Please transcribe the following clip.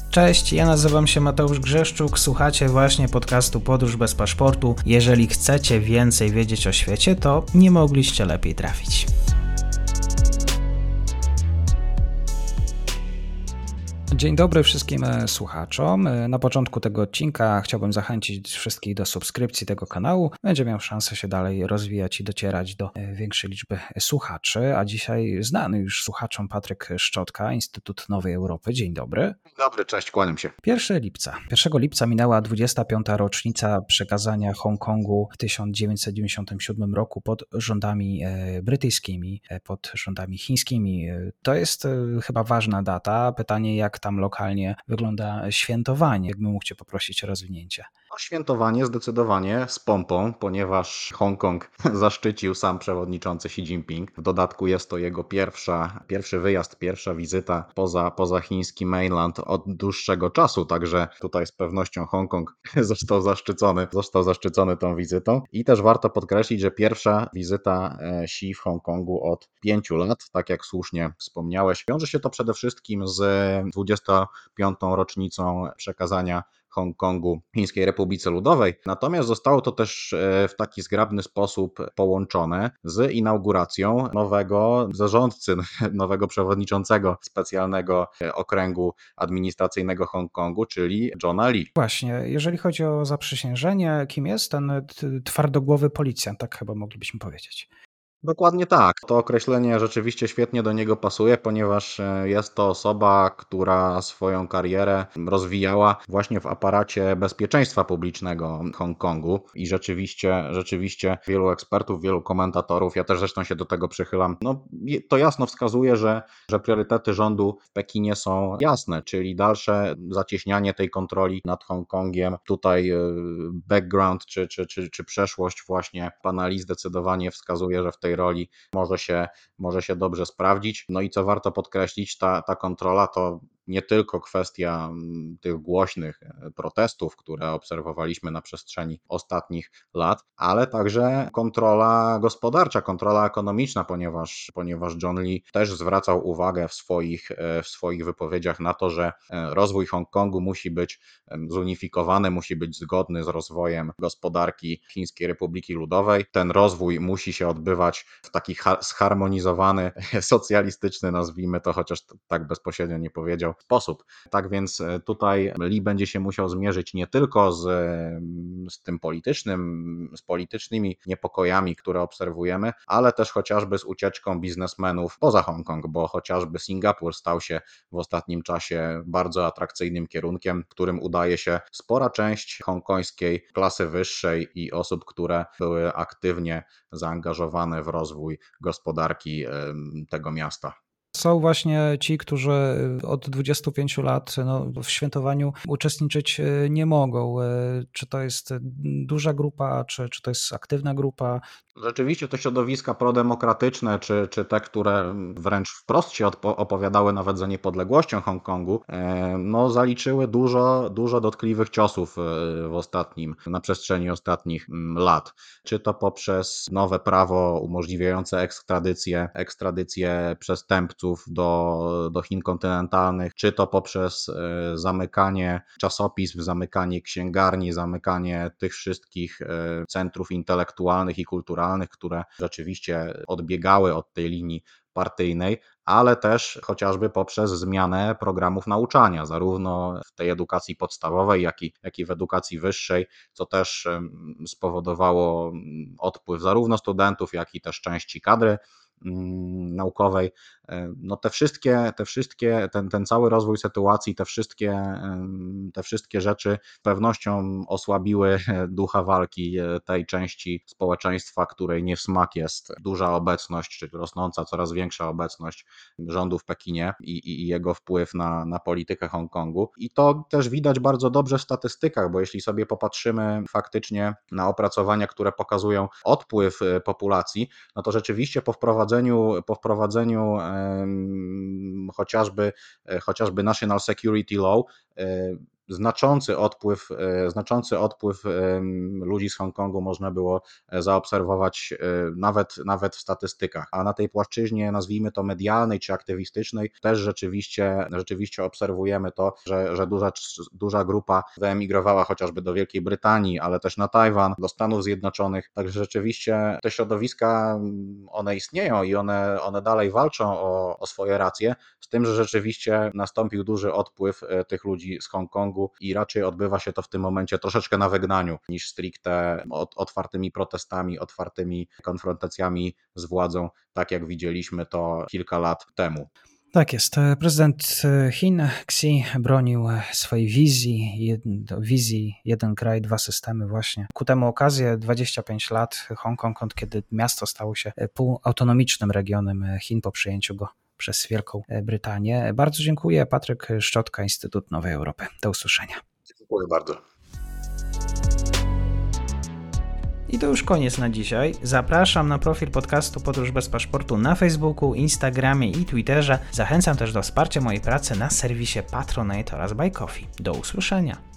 Cześć, ja nazywam się Mateusz Grzeszczuk, słuchacie właśnie podcastu Podróż bez paszportu. Jeżeli chcecie więcej wiedzieć o świecie, to nie mogliście lepiej trafić. Dzień dobry wszystkim słuchaczom. Na początku tego odcinka chciałbym zachęcić wszystkich do subskrypcji tego kanału. Będzie miał szansę się dalej rozwijać i docierać do większej liczby słuchaczy. A dzisiaj znany już słuchaczom Patryk Szczotka, Instytut Nowej Europy. Dzień dobry. Dzień dobry, cześć, kłaniam się. 1 lipca. 1 lipca minęła 25. rocznica przekazania Hongkongu w 1997 roku pod rządami brytyjskimi, pod rządami chińskimi. To jest chyba ważna data. Pytanie, jak tam lokalnie wygląda świętowanie? Jakbym mógł Cię poprosić o rozwinięcie. Świętowanie zdecydowanie z pompą, ponieważ Hongkong zaszczycił sam przewodniczący Xi Jinping. W dodatku jest to jego pierwszy wyjazd, pierwsza wizyta poza chiński mainland od dłuższego czasu, także tutaj z pewnością Hongkong został zaszczycony tą wizytą. I też warto podkreślić, że pierwsza wizyta Xi w Hongkongu od 5 lat, tak jak słusznie wspomniałeś. Wiąże się to przede wszystkim z 25. rocznicą przekazania Hongkongu Chińskiej Republice Ludowej. Natomiast zostało to też w taki zgrabny sposób połączone z inauguracją nowego zarządcy, nowego przewodniczącego specjalnego okręgu administracyjnego Hongkongu, czyli Johna Lee. Właśnie, jeżeli chodzi o zaprzysiężenie, kim jest ten twardogłowy policjant, tak chyba moglibyśmy powiedzieć. Dokładnie tak. To określenie rzeczywiście świetnie do niego pasuje, ponieważ jest to osoba, która swoją karierę rozwijała właśnie w aparacie bezpieczeństwa publicznego Hongkongu i rzeczywiście wielu ekspertów, wielu komentatorów, ja też zresztą się do tego przychylam, to jasno wskazuje, że priorytety rządu w Pekinie są jasne, czyli dalsze zacieśnianie tej kontroli nad Hongkongiem. Tutaj background czy przeszłość właśnie pana Lee zdecydowanie wskazuje, że w tej roli może się dobrze sprawdzić. No i co warto podkreślić, ta kontrola to nie tylko kwestia tych głośnych protestów, które obserwowaliśmy na przestrzeni ostatnich lat, ale także kontrola gospodarcza, kontrola ekonomiczna, ponieważ John Lee też zwracał uwagę w swoich wypowiedziach na to, że rozwój Hongkongu musi być zunifikowany, musi być zgodny z rozwojem gospodarki Chińskiej Republiki Ludowej. Ten rozwój musi się odbywać w taki zharmonizowany, socjalistyczny, nazwijmy to, chociaż tak bezpośrednio nie powiedział, sposób. Tak więc tutaj Lee będzie się musiał zmierzyć nie tylko z tym z politycznymi niepokojami, które obserwujemy, ale też chociażby z ucieczką biznesmenów poza Hongkong, bo chociażby Singapur stał się w ostatnim czasie bardzo atrakcyjnym kierunkiem, którym udaje się spora część hongkońskiej klasy wyższej i osób, które były aktywnie zaangażowane w rozwój gospodarki tego miasta. Są właśnie ci, którzy od 25 lat w świętowaniu uczestniczyć nie mogą. Czy to jest duża grupa, czy to jest aktywna grupa? Rzeczywiście te środowiska prodemokratyczne, czy te, które wręcz wprost się opowiadały nawet za niepodległością Hongkongu, zaliczyły dużo dotkliwych ciosów na przestrzeni ostatnich lat. Czy to poprzez nowe prawo umożliwiające ekstradycję przestępców do Chin kontynentalnych, czy to poprzez zamykanie czasopism, zamykanie księgarni, zamykanie tych wszystkich centrów intelektualnych i kulturalnych, które rzeczywiście odbiegały od tej linii partyjnej, ale też chociażby poprzez zmianę programów nauczania, zarówno w tej edukacji podstawowej, jak i w edukacji wyższej, co też spowodowało odpływ zarówno studentów, jak i też części kadry naukowej. Ten cały rozwój sytuacji, te wszystkie rzeczy z pewnością osłabiły ducha walki tej części społeczeństwa, której nie w smak jest duża obecność, czy rosnąca, coraz większa obecność rządu w Pekinie i jego wpływ na politykę Hongkongu. I to też widać bardzo dobrze w statystykach, bo jeśli sobie popatrzymy faktycznie na opracowania, które pokazują odpływ populacji, no to rzeczywiście po wprowadzeniu chociażby National Security Law znaczący odpływ ludzi z Hongkongu można było zaobserwować nawet w statystykach, a na tej płaszczyźnie, nazwijmy to medialnej czy aktywistycznej, też rzeczywiście obserwujemy to, że duża grupa wyemigrowała chociażby do Wielkiej Brytanii, ale też na Tajwan, do Stanów Zjednoczonych, także rzeczywiście te środowiska, one istnieją i one dalej walczą o swoje racje, z tym, że rzeczywiście nastąpił duży odpływ tych ludzi z Hongkongu i raczej odbywa się to w tym momencie troszeczkę na wygnaniu niż stricte otwartymi protestami, otwartymi konfrontacjami z władzą, tak jak widzieliśmy to kilka lat temu. Tak jest. Prezydent Chin Xi bronił swojej wizji jeden kraj, dwa systemy właśnie. Ku temu okazję 25 lat Hongkong, od kiedy miasto stało się półautonomicznym regionem Chin po przyjęciu go przez Wielką Brytanię. Bardzo dziękuję. Patryk Szczotka, Instytut Nowej Europy. Do usłyszenia. Dziękuję bardzo. I to już koniec na dzisiaj. Zapraszam na profil podcastu Podróż bez paszportu na Facebooku, Instagramie i Twitterze. Zachęcam też do wsparcia mojej pracy na serwisie Patronite oraz Buy Coffee. Do usłyszenia.